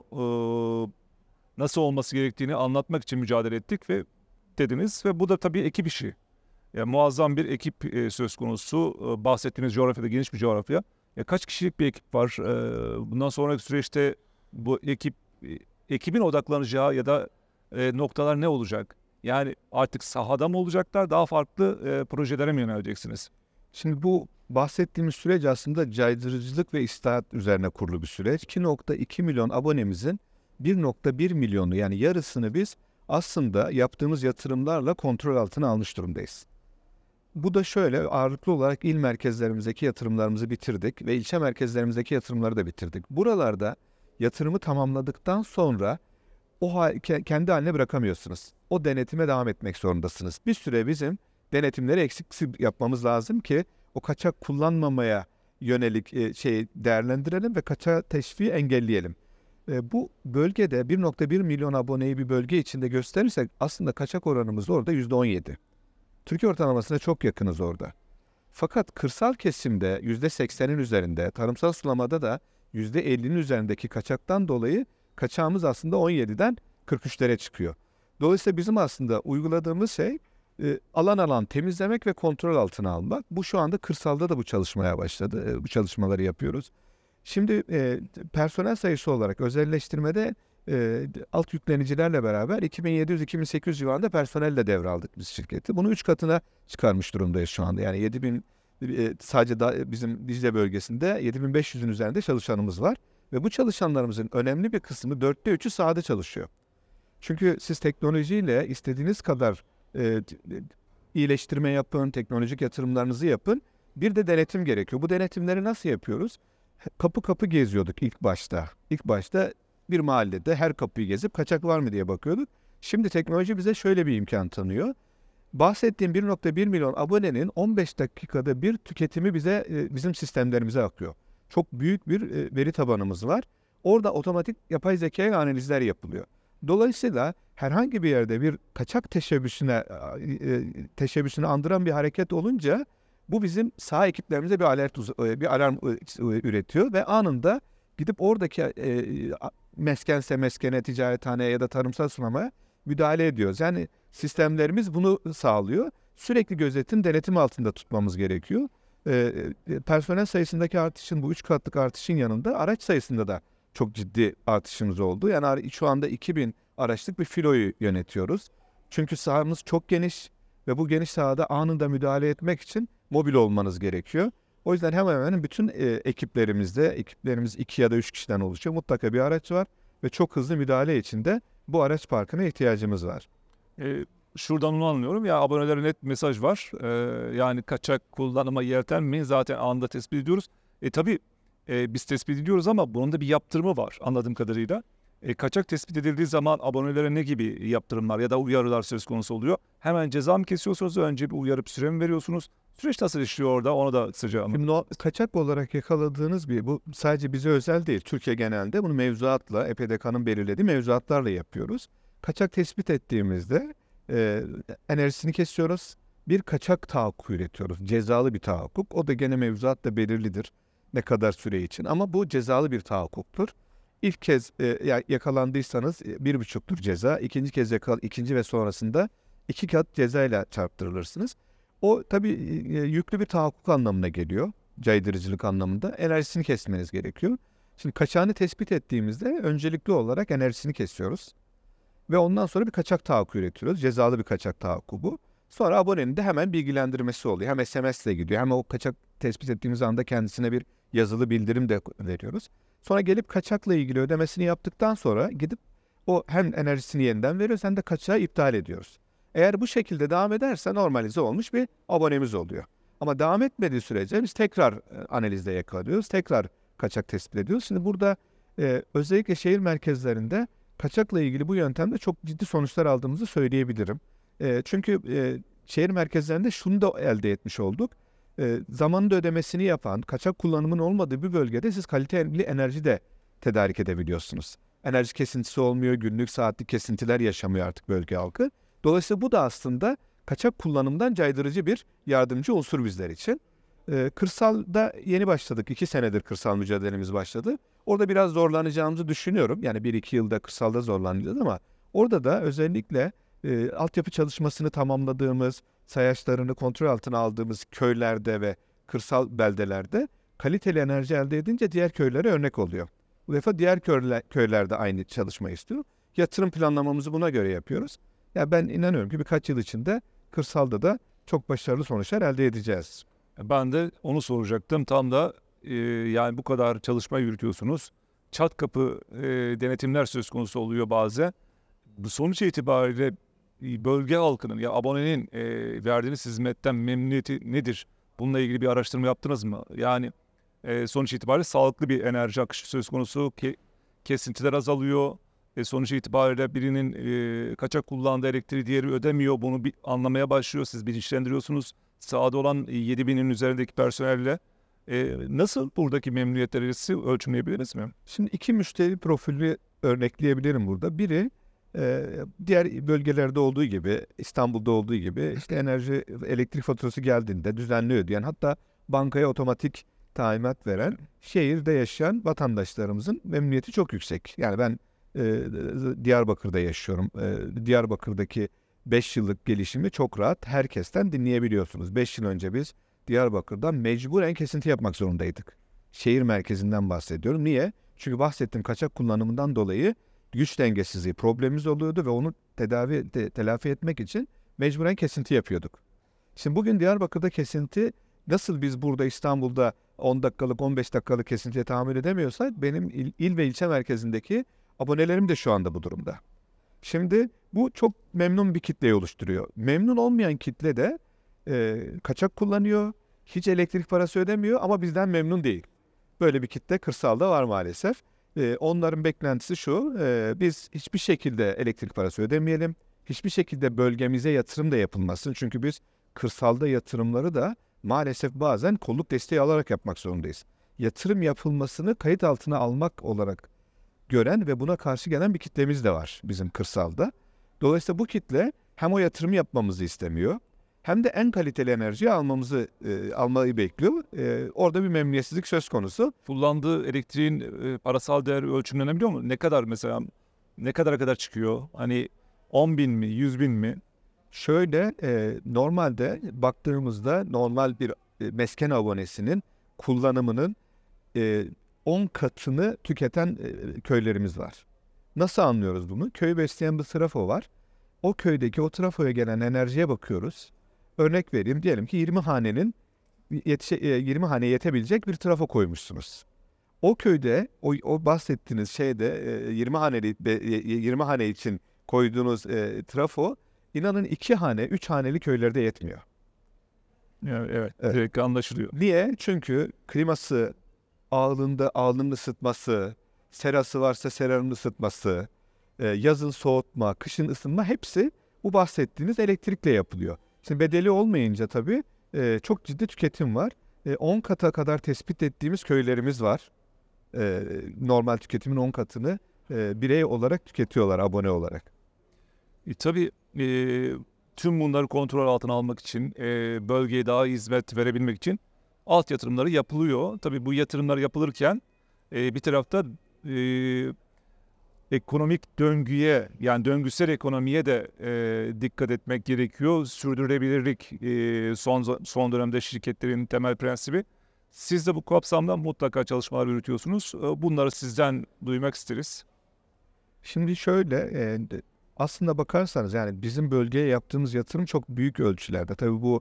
nasıl olması gerektiğini anlatmak için mücadele ettik ve dediniz ve bu da tabii ekip işi. Yani muazzam bir ekip söz konusu. Bahsettiğiniz coğrafyada geniş bir coğrafya. Kaç kişilik bir ekip var? Bundan sonraki süreçte bu ekibin odaklanacağı ya da noktalar ne olacak? Yani artık sahada mı olacaklar? Daha farklı projelere mi yöneleceksiniz? Şimdi bu bahsettiğimiz süreç aslında caydırıcılık ve istihat üzerine kurulu bir süreç. 2,2 milyon abonemizin 1,1 milyonu yani yarısını biz aslında yaptığımız yatırımlarla kontrol altına almış durumdayız. Bu da şöyle ağırlıklı olarak il merkezlerimizdeki yatırımlarımızı bitirdik ve ilçe merkezlerimizdeki yatırımları da bitirdik. Buralarda yatırımı tamamladıktan sonra kendi haline bırakamıyorsunuz. O denetime devam etmek zorundasınız. Bir süre bizim denetimleri eksiksiz yapmamız lazım ki o kaçak kullanmamaya yönelik değerlendirelim ve kaçak teşviği engelleyelim. Bu bölgede 1,1 milyon aboneyi bir bölge içinde gösterirsek aslında kaçak oranımız orada %17. Türkiye ortalamasına çok yakınız orada. Fakat kırsal kesimde %80'in üzerinde, tarımsal sulamada da %50'nin üzerindeki kaçaktan dolayı kaçağımız aslında 17'den 43'lere çıkıyor. Dolayısıyla bizim aslında uyguladığımız şey alan alan temizlemek ve kontrol altına almak. Bu şu anda kırsalda da bu çalışmaya başladı. Bu çalışmaları yapıyoruz. Şimdi personel sayısı olarak özelleştirmede alt yüklenicilerle beraber 2700-2800 civarında personelle devraldık biz şirketi. Bunu 3 katına çıkarmış durumdayız şu anda. Yani 7000 Sadece bizim Dicle bölgesinde 7.500'ün üzerinde çalışanımız var. Ve bu çalışanlarımızın önemli bir kısmı 3'ü sahada çalışıyor. Çünkü siz teknolojiyle istediğiniz kadar iyileştirme yapın, teknolojik yatırımlarınızı yapın. Bir de denetim gerekiyor. Bu denetimleri nasıl yapıyoruz? Kapı kapı geziyorduk ilk başta. İlk başta bir mahallede her kapıyı gezip kaçak var mı diye bakıyorduk. Şimdi teknoloji bize şöyle bir imkan tanıyor. Bahsettiğim 1.1 milyon abonenin 15 dakikada bir tüketimi bizim sistemlerimize akıyor. Çok büyük bir veri tabanımız var. Orada otomatik yapay zeka analizler yapılıyor. Dolayısıyla herhangi bir yerde bir kaçak teşebbüsünü andıran bir hareket olunca bu bizim saha ekiplerimize bir alarm üretiyor ve anında gidip oradaki meskense meskene, ticarethaneye ya da tarımsal sunamaya müdahale ediyoruz. Yani sistemlerimiz bunu sağlıyor. Sürekli gözetim, denetim altında tutmamız gerekiyor. Personel sayısındaki artışın, bu 3 katlık artışın yanında araç sayısında da çok ciddi artışımız oldu. Yani şu anda 2000 araçlık bir filoyu yönetiyoruz. Çünkü sahamız çok geniş ve bu geniş sahada anında müdahale etmek için mobil olmanız gerekiyor. O yüzden hemen hemen bütün ekiplerimiz 2 ya da 3 kişiden oluşuyor. Mutlaka bir araç var ve çok hızlı müdahale için de bu araç parkına ihtiyacımız var. Şuradan onu anlıyorum ya, abonelere net mesaj var. Yani kaçak kullanıma yeltenmeyin, zaten anında tespit ediyoruz. Tabii biz tespit ediyoruz ama bunun da bir yaptırımı var anladığım kadarıyla. Kaçak tespit edildiği zaman abonelere ne gibi yaptırımlar ya da uyarılar söz konusu oluyor? Hemen ceza mı kesiyorsunuz, önce bir uyarıp süre mi veriyorsunuz? Süreç nasıl işliyor orada, onu da kısaca anlatın. Şimdi kaçak olarak yakaladığınız bu sadece bize özel değil. Türkiye genelinde bunu mevzuatla, EPDK'nın belirlediği mevzuatlarla yapıyoruz. Kaçak tespit ettiğimizde enerjisini kesiyoruz. Bir kaçak tahakkuk üretiyoruz. Cezalı bir tahakkuk. O da gene mevzuatla belirlidir. Ne kadar süre için. Ama bu cezalı bir tahakkuktur. İlk kez yakalandıysanız 1,5'tur ceza. İkinci kez ikinci ve sonrasında 2 kat cezayla çarptırılırsınız. O tabii yüklü bir tahakkuk anlamına geliyor. Caydırıcılık anlamında. Enerjisini kesmeniz gerekiyor. Şimdi kaçağını tespit ettiğimizde öncelikli olarak enerjisini kesiyoruz. Ve ondan sonra bir kaçak tahakkuk üretiyoruz. Cezalı bir kaçak tahakkuk bu. Sonra abonenin de hemen bilgilendirmesi oluyor. Hem SMS ile gidiyor, hem o kaçak tespit ettiğimiz anda kendisine bir yazılı bildirim de veriyoruz. Sonra gelip kaçakla ilgili ödemesini yaptıktan sonra gidip o hem enerjisini yeniden veriyoruz hem de kaçağı iptal ediyoruz. Eğer bu şekilde devam ederse normalize olmuş bir abonemiz oluyor. Ama devam etmediği sürece biz tekrar analizde yakalıyoruz. Tekrar kaçak tespit ediyoruz. Şimdi burada özellikle şehir merkezlerinde kaçakla ilgili bu yöntemde çok ciddi sonuçlar aldığımızı söyleyebilirim. Çünkü şehir merkezlerinde şunu da elde etmiş olduk. Zamanında ödemesini yapan, kaçak kullanımın olmadığı bir bölgede siz kaliteli enerji de tedarik edebiliyorsunuz. Enerji kesintisi olmuyor, günlük saatlik kesintiler yaşamıyor artık bölge halkı. Dolayısıyla bu da aslında kaçak kullanımdan caydırıcı bir yardımcı unsur bizler için. Kırsalda yeni başladık. 2 senedir kırsal mücadelemiz başladı. Orada biraz zorlanacağımızı düşünüyorum. Yani 1-2 yılda kırsalda zorlanacağız ama orada da özellikle altyapı çalışmasını tamamladığımız, sayaçlarını kontrol altına aldığımız köylerde ve kırsal beldelerde kaliteli enerji elde edince diğer köylere örnek oluyor. Bu defa diğer köylerde aynı çalışmayı istiyor. Yatırım planlamamızı buna göre yapıyoruz. Ya ben inanıyorum ki birkaç yıl içinde kırsalda da çok başarılı sonuçlar elde edeceğiz. Ben de onu soracaktım. Tam da yani bu kadar çalışma yürütüyorsunuz. Çat kapı denetimler söz konusu oluyor bazen. Bu sonuç itibariyle bölge halkının ya abonenin verdiğiniz hizmetten memnuniyeti nedir? Bununla ilgili bir araştırma yaptınız mı? Yani sonuç itibariyle sağlıklı bir enerji akışı söz konusu. Kesintiler azalıyor. Sonuç itibariyle birinin kaçak kullandığı elektriği diğeri ödemiyor. Bunu anlamaya başlıyor. Siz bilinçlendiriyorsunuz. Sahada olan 7.000'in üzerindeki personelle nasıl buradaki memnuniyet derecesi ölçümleyebiliriz mi? Şimdi 2 müşteri profili örnekleyebilirim burada. Biri diğer bölgelerde olduğu gibi, İstanbul'da olduğu gibi işte elektrik faturası geldiğinde düzenli ödeyen, hatta bankaya otomatik taimat veren, şehirde yaşayan vatandaşlarımızın memnuniyeti çok yüksek. Yani ben Diyarbakır'da yaşıyorum. Diyarbakır'daki 5 yıllık gelişimi çok rahat herkesten dinleyebiliyorsunuz. 5 yıl önce biz Diyarbakır'dan mecburen kesinti yapmak zorundaydık. Şehir merkezinden bahsediyorum. Niye? Çünkü bahsettiğim kaçak kullanımından dolayı güç dengesizliği problemimiz oluyordu ve onu telafi etmek için mecburen kesinti yapıyorduk. Şimdi bugün Diyarbakır'da kesinti Nasıl biz burada İstanbul'da 10 dakikalık 15 dakikalık kesintiye tahammül edemiyorsak benim il ve ilçe merkezindeki abonelerim de şu anda bu durumda. Şimdi bu çok memnun bir kitleyi oluşturuyor. Memnun olmayan kitle de kaçak kullanıyor, hiç elektrik parası ödemiyor ama bizden memnun değil. Böyle bir kitle kırsalda var maalesef. Onların beklentisi şu, biz hiçbir şekilde elektrik parası ödemeyelim, hiçbir şekilde bölgemize yatırım da yapılmasın. Çünkü biz kırsalda yatırımları da maalesef bazen kolluk desteği alarak yapmak zorundayız. Yatırım yapılmasını kayıt altına almak olarak gören ve buna karşı gelen bir kitlemiz de var bizim kırsalda. Dolayısıyla bu kitle hem o yatırımı yapmamızı istemiyor hem de en kaliteli enerjiyi almayı bekliyor. Orada bir memnuniyetsizlik söz konusu. Kullandığı elektriğin parasal değeri ölçümlenebiliyor mu? Ne kadar mesela, ne kadar çıkıyor? Hani 10 bin mi, 100 bin mi? Şöyle normalde baktığımızda normal bir mesken abonesinin kullanımının 10 katını tüketen köylerimiz var. Nasıl anlıyoruz bunu? Köyü besleyen bir trafo var. O köydeki o trafoya gelen enerjiye bakıyoruz. Örnek vereyim, diyelim ki 20 hanenin 20 haneye yetebilecek bir trafo koymuşsunuz. O köyde o bahsettiğiniz şeyde 20 hane için koyduğunuz trafo inanın 2 hane, 3 haneli köylerde yetmiyor. Yani evet, Evet. direkt anlaşılıyor. Niye? Çünkü kliması, ağlının ısıtması, serası varsa seranın ısıtması, yazın soğutma, kışın ısınma hepsi bu bahsettiğiniz elektrikle yapılıyor. Şimdi bedeli olmayınca tabii çok ciddi tüketim var. 10 kata kadar tespit ettiğimiz köylerimiz var. Normal tüketimin 10 katını birey olarak tüketiyorlar, abone olarak. Tabii tüm bunları kontrol altına almak için, bölgeye daha iyi hizmet verebilmek için alt yatırımları yapılıyor. Tabii bu yatırımlar yapılırken bir tarafta ekonomik döngüye, yani döngüsel ekonomiye de dikkat etmek gerekiyor. Sürdürülebilirlik son dönemde şirketlerin temel prensibi. Siz de bu kapsamda mutlaka çalışmalar yürütüyorsunuz. Bunları sizden duymak isteriz. Şimdi şöyle, aslında bakarsanız yani bizim bölgeye yaptığımız yatırım çok büyük ölçülerde. Tabii bu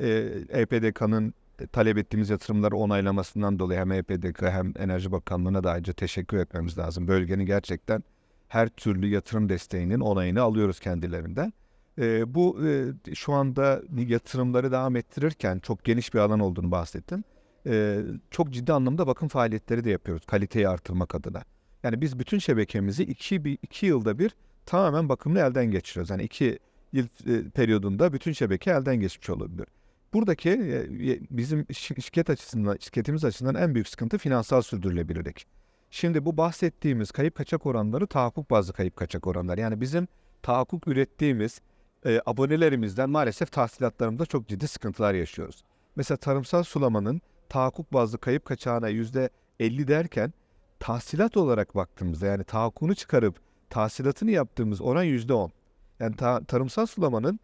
EPDK'nın talep ettiğimiz yatırımları onaylamasından dolayı hem EPDK hem Enerji Bakanlığı'na da ayrıca teşekkür etmemiz lazım. Bölgenin gerçekten her türlü yatırım desteğinin onayını alıyoruz kendilerinden. Bu şu anda yatırımları devam ettirirken çok geniş bir alan olduğunu bahsettim. Çok ciddi anlamda bakım faaliyetleri de yapıyoruz kaliteyi artırmak adına. Yani biz bütün şebekemizi 2 yılda bir tamamen bakımlı elden geçiriyoruz. Yani 2 yıl periyodunda bütün şebeke elden geçmiş olabilir. Buradaki bizim şirketimiz açısından en büyük sıkıntı finansal sürdürülebilirlik. Şimdi bu bahsettiğimiz kayıp kaçak oranları tahakkuk bazlı kayıp kaçak oranlar. Yani bizim tahakkuk ürettiğimiz abonelerimizden maalesef tahsilatlarımızda çok ciddi sıkıntılar yaşıyoruz. Mesela tarımsal sulamanın tahakkuk bazlı kayıp kaçağına %50 derken tahsilat olarak baktığımızda yani tahakkunu çıkarıp tahsilatını yaptığımız oran %10. Yani tarımsal sulamanın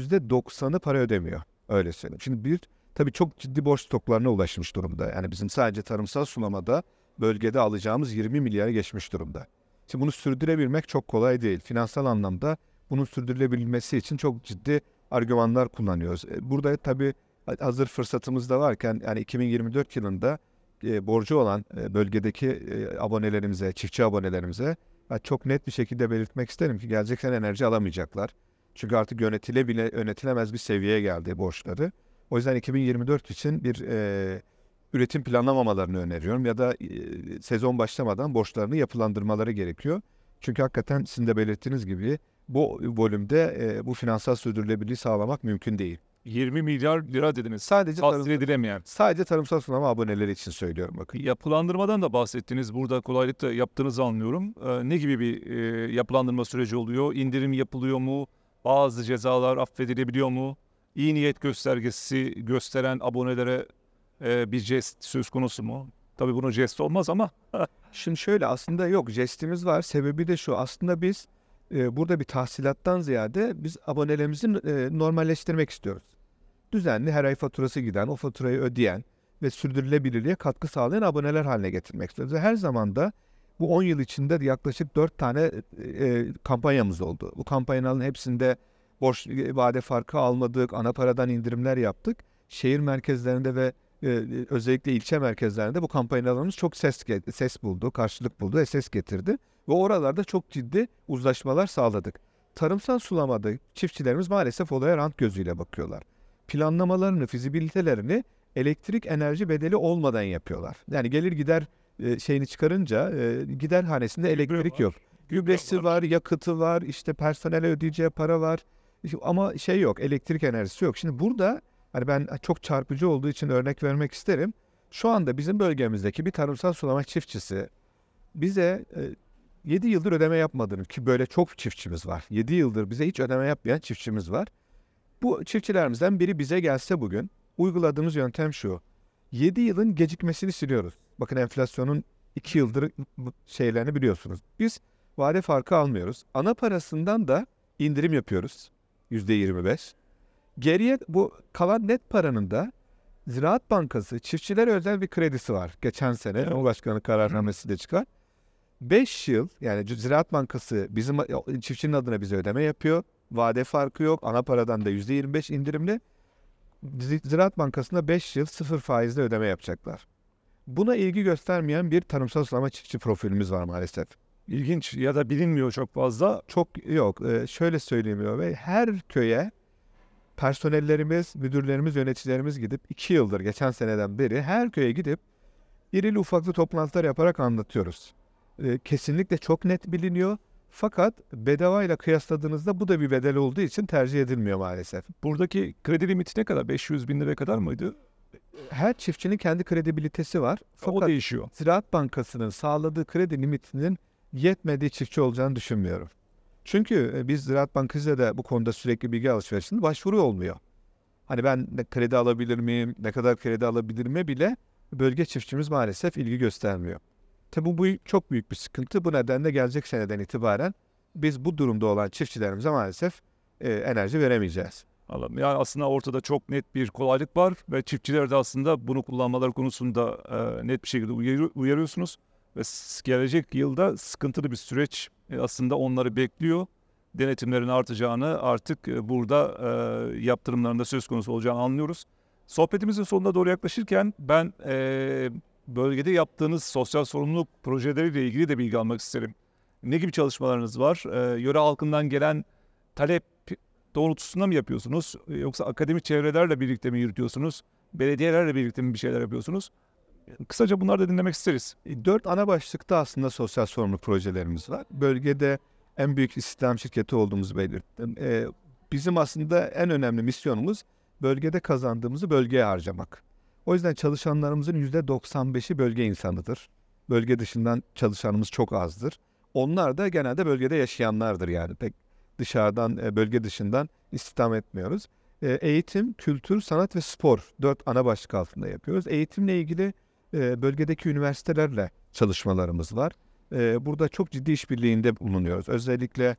%90'ı para ödemiyor. Öyle söyleyeyim. Şimdi tabii çok ciddi borç stoklarına ulaşmış durumda. Yani bizim sadece tarımsal sulamada bölgede alacağımız 20 milyara geçmiş durumda. Şimdi bunu sürdürebilmek çok kolay değil. Finansal anlamda bunun sürdürülebilmesi için çok ciddi argümanlar kullanıyoruz. Burada tabii hazır fırsatımız da varken yani 2024 yılında borcu olan bölgedeki abonelerimize, çiftçi abonelerimize çok net bir şekilde belirtmek isterim ki gelecek sene enerji alamayacaklar. Çünkü artık yönetilemez bir seviyeye geldi borçları. O yüzden 2024 için bir üretim planlamamalarını öneriyorum ya da sezon başlamadan borçlarını yapılandırmaları gerekiyor. Çünkü hakikaten sizin de belirttiğiniz gibi bu volümde bu finansal sürdürülebilirliği sağlamak mümkün değil. 20 milyar lira dediniz. Sadece Tasdir edilemeyen. Sadece tarımsal sulama aboneleri için söylüyorum bakın. Yapılandırmadan da bahsettiniz. Burada kolaylıkla yaptığınızı anlıyorum. Ne gibi bir yapılandırma süreci oluyor? İndirim yapılıyor mu? Bazı cezalar affedilebiliyor mu? İyi niyet göstergesi gösteren abonelere bir jest söz konusu mu? Tabii bunun jest olmaz ama Şimdi şöyle aslında yok jestimiz var. Sebebi de şu aslında biz burada bir tahsilattan ziyade biz abonelerimizi normalleştirmek istiyoruz. Düzenli her ay faturası giden, o faturayı ödeyen ve sürdürülebilirliğe katkı sağlayan aboneler haline getirmek istiyoruz. Ve her zaman da bu 10 yıl içinde yaklaşık 4 tane kampanyamız oldu. Bu kampanyaların hepsinde borç vade farkı almadık, ana paradan indirimler yaptık şehir merkezlerinde ve özellikle ilçe merkezlerinde bu kampanyalarımız çok ses buldu, karşılık buldu, ses getirdi. Ve oralarda çok ciddi uzlaşmalar sağladık. Tarımsal sulamada çiftçilerimiz maalesef olaya rant gözüyle bakıyorlar. Planlamalarını, fizibilitelerini elektrik enerji bedeli olmadan yapıyorlar. Yani gelir gider şeyini çıkarınca gider hanesinde elektrik yok. Gübresi var, yakıtı var, işte personele ödeyeceği para var. Ama şey yok, elektrik enerjisi yok. Şimdi burada hani ben çok çarpıcı olduğu için örnek vermek isterim. Şu anda bizim bölgemizdeki bir tarımsal sulama çiftçisi bize 7 yıldır ödeme yapmadığını, ki böyle çok çiftçimiz var. 7 yıldır bize hiç ödeme yapmayan çiftçimiz var. Bu çiftçilerimizden biri bize gelse bugün, uyguladığımız yöntem şu: 7 yılın gecikmesini siliyoruz. Bakın, enflasyonun 2 yıldır şeylerini biliyorsunuz. Biz vade farkı almıyoruz. Ana parasından da indirim yapıyoruz. %25. Geriye bu kalan net paranın da Ziraat Bankası çiftçilere özel bir kredisi var. Geçen sene Cumhurbaşkanı kararnamesi de çıkar. 5 yıl, yani Ziraat Bankası bizim çiftçinin adına bize ödeme yapıyor. Vade farkı yok. Ana paradan da %25 indirimli. Ziraat Bankası'nda 5 yıl sıfır faizle ödeme yapacaklar. Buna ilgi göstermeyen bir tarımsal sulama çiftçi profilimiz var maalesef. İlginç ya da bilinmiyor çok fazla. Çok yok. Şöyle söyleyeyim ve her köye personellerimiz, müdürlerimiz, yöneticilerimiz gidip 2 yıldır, geçen seneden beri her köye gidip irili ufaklı toplantılar yaparak anlatıyoruz. Kesinlikle çok net biliniyor. Fakat bedavayla kıyasladığınızda bu da bir bedel olduğu için tercih edilmiyor maalesef. Buradaki kredi limiti ne kadar? 500 bin liraya kadar mıydı? Her çiftçinin kendi kredibilitesi var. O Fakat değişiyor. Ziraat Bankası'nın sağladığı kredi limitinin yetmediği çiftçi olacağını düşünmüyorum. Çünkü biz Ziraat Bankası'yla da bu konuda sürekli bilgi alışverişinde başvuru olmuyor. Hani ben kredi alabilir miyim, ne kadar kredi alabilirime bile bölge çiftçimiz maalesef ilgi göstermiyor. Tabii bu çok büyük bir sıkıntı. Bu nedenle gelecek seneden itibaren biz bu durumda olan çiftçilerimize maalesef enerji veremeyeceğiz. Anladım. Yani aslında ortada çok net bir kolaylık var ve çiftçiler de aslında bunu kullanmaları konusunda net bir şekilde uyarıyorsunuz. Ve gelecek yılda sıkıntılı bir süreç aslında onları bekliyor. Denetimlerin artacağını, artık burada yaptırımlarında söz konusu olacağını anlıyoruz. Sohbetimizin sonuna doğru yaklaşırken ben bölgede yaptığınız sosyal sorumluluk projeleriyle ilgili de bilgi almak isterim. Ne gibi çalışmalarınız var? Yöre halkından gelen talep doğrultusunda mı yapıyorsunuz? Yoksa akademik çevrelerle birlikte mi yürütüyorsunuz? Belediyelerle birlikte mi bir şeyler yapıyorsunuz? Kısaca bunları da dinlemek isteriz. 4 ana başlıkta aslında sosyal sorumluluk projelerimiz var. Bölgede en büyük istihdam şirketi olduğumuzu belirttim. Bizim aslında en önemli misyonumuz bölgede kazandığımızı bölgeye harcamak. O yüzden çalışanlarımızın %95'i bölge insanıdır. Bölge dışından çalışanımız çok azdır. Onlar da genelde bölgede yaşayanlardır, yani pek dışarıdan, bölge dışından istihdam etmiyoruz. Eğitim, kültür, sanat ve spor 4 ana başlık altında yapıyoruz. Eğitimle ilgili bölgedeki üniversitelerle çalışmalarımız var. Burada çok ciddi işbirliğinde bulunuyoruz. Özellikle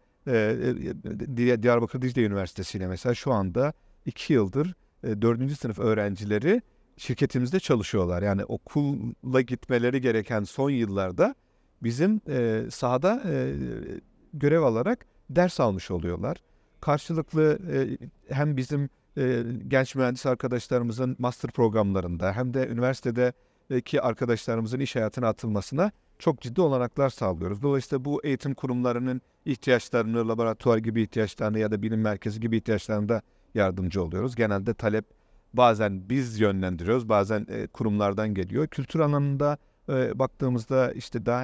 Diyarbakır Dicle Üniversitesi ile mesela şu anda 2 yıldır 4. sınıf öğrencileri şirketimizde çalışıyorlar. Yani okula gitmeleri gereken son yıllarda bizim sahada görev alarak ders almış oluyorlar. Karşılıklı hem bizim genç mühendis arkadaşlarımızın master programlarında hem de üniversitedeki arkadaşlarımızın iş hayatına atılmasına çok ciddi olanaklar sağlıyoruz. Dolayısıyla bu eğitim kurumlarının ihtiyaçlarını, laboratuvar gibi ihtiyaçlarını ya da bilim merkezi gibi ihtiyaçlarını da yardımcı oluyoruz. Genelde talep bazen biz yönlendiriyoruz, bazen kurumlardan geliyor. Kültür alanında baktığımızda işte daha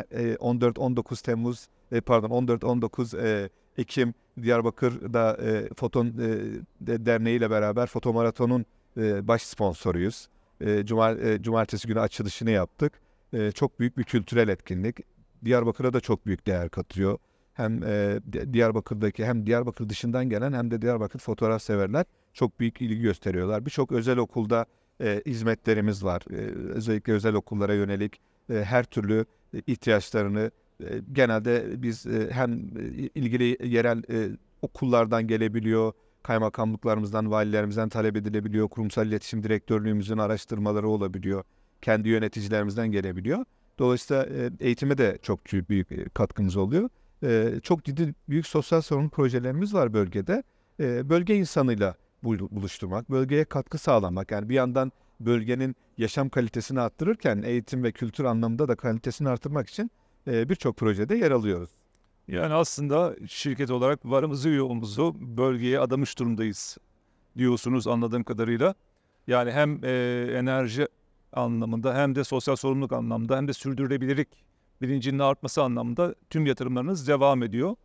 14-19 Ekim Diyarbakır'da Foton Derneği ile beraber Fotomaraton'un baş sponsoruyuz. Cumartesi günü açılışını yaptık. Çok büyük bir kültürel etkinlik. Diyarbakır'a da çok büyük değer katıyor. Hem Diyarbakır'daki hem Diyarbakır dışından gelen hem de Diyarbakır fotoğraf severler çok büyük ilgi gösteriyorlar. Birçok özel okulda hizmetlerimiz var. Özellikle özel okullara yönelik her türlü ihtiyaçlarını genelde biz hem ilgili yerel okullardan gelebiliyor, kaymakamlıklarımızdan, valilerimizden talep edilebiliyor, kurumsal iletişim direktörlüğümüzün araştırmaları olabiliyor, kendi yöneticilerimizden gelebiliyor. Dolayısıyla eğitime de çok büyük katkımız oluyor. Çok ciddi büyük sosyal sorumluluk projelerimiz var bölgede. Bölge insanıyla buluşturmak, bölgeye katkı sağlamak. Yani bir yandan bölgenin yaşam kalitesini arttırırken eğitim ve kültür anlamında da kalitesini arttırmak için birçok projede yer alıyoruz. Yani aslında şirket olarak varımızı yoğumuzu bölgeye adamış durumdayız diyorsunuz anladığım kadarıyla. Yani hem enerji anlamında hem de sosyal sorumluluk anlamında hem de sürdürülebilirlik bilincinin artması anlamında tüm yatırımlarınız devam ediyor.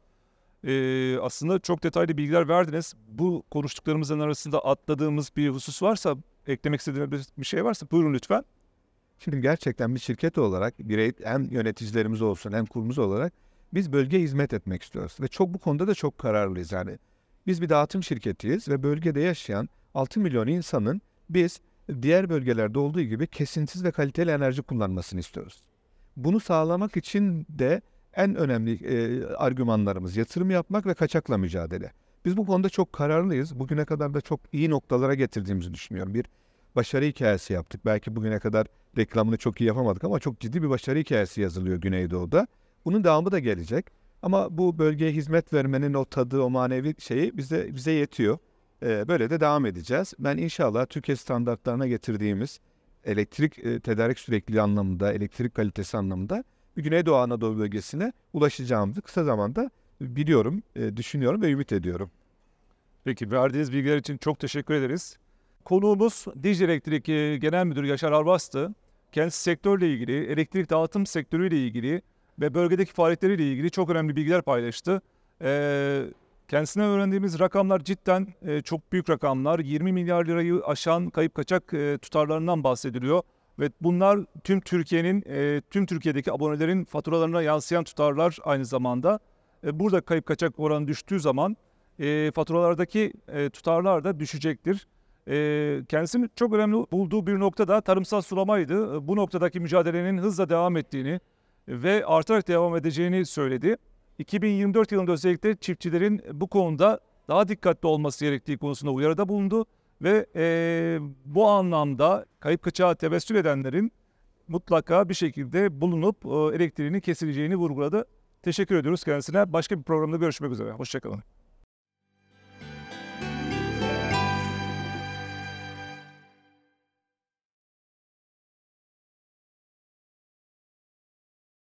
Aslında çok detaylı bilgiler verdiniz. Bu konuştuklarımızın arasında atladığımız bir husus varsa, eklemek istediğiniz bir şey varsa buyurun lütfen. Şimdi gerçekten bir şirket olarak hem yöneticilerimiz olsun hem kurumumuz olarak biz bölgeye hizmet etmek istiyoruz. Ve bu konuda da çok kararlıyız. Yani biz bir dağıtım şirketiyiz ve bölgede yaşayan 6 milyon insanın biz diğer bölgelerde olduğu gibi kesintisiz ve kaliteli enerji kullanmasını istiyoruz. Bunu sağlamak için de en önemli argümanlarımız yatırım yapmak ve kaçakla mücadele. Biz bu konuda çok kararlıyız. Bugüne kadar da çok iyi noktalara getirdiğimizi düşünüyorum. Bir başarı hikayesi yaptık. Belki bugüne kadar reklamını çok iyi yapamadık ama çok ciddi bir başarı hikayesi yazılıyor Güneydoğu'da. Bunun devamı da gelecek. Ama bu bölgeye hizmet vermenin o tadı, o manevi şeyi bize yetiyor. Böyle de devam edeceğiz. Ben inşallah Türkiye standartlarına getirdiğimiz elektrik tedarik sürekliliği anlamında, elektrik kalitesi anlamında bir Güneydoğu Anadolu bölgesine ulaşacağımızı kısa zamanda biliyorum, düşünüyorum ve ümit ediyorum. Peki, verdiğiniz bilgiler için çok teşekkür ederiz. Konuğumuz Dicle Elektrik Genel Müdürü Yaşar Arvas'tı. Kendisi sektörle ilgili, elektrik dağıtım sektörüyle ilgili ve bölgedeki faaliyetleriyle ilgili çok önemli bilgiler paylaştı. Kendisinden öğrendiğimiz rakamlar cidden çok büyük rakamlar. 20 milyar lirayı aşan kayıp kaçak tutarlarından bahsediliyor. Ve bunlar tüm Türkiye'deki abonelerin faturalarına yansıyan tutarlar aynı zamanda. Burada kayıp kaçak oranı düştüğü zaman faturalardaki tutarlar da düşecektir. Kendisinin çok önemli bulduğu bir nokta da tarımsal sulamaydı. Bu noktadaki mücadelenin hızla devam ettiğini ve artarak devam edeceğini söyledi. 2024 yılında özellikle çiftçilerin bu konuda daha dikkatli olması gerektiği konusunda uyarıda bulundu ve bu anlamda kayıp kaçağı tevessül edenlerin mutlaka bir şekilde bulunup elektriğinin kesileceğini vurguladı. Teşekkür ediyoruz kendisine. Başka bir programda görüşmek üzere. Hoşçakalın.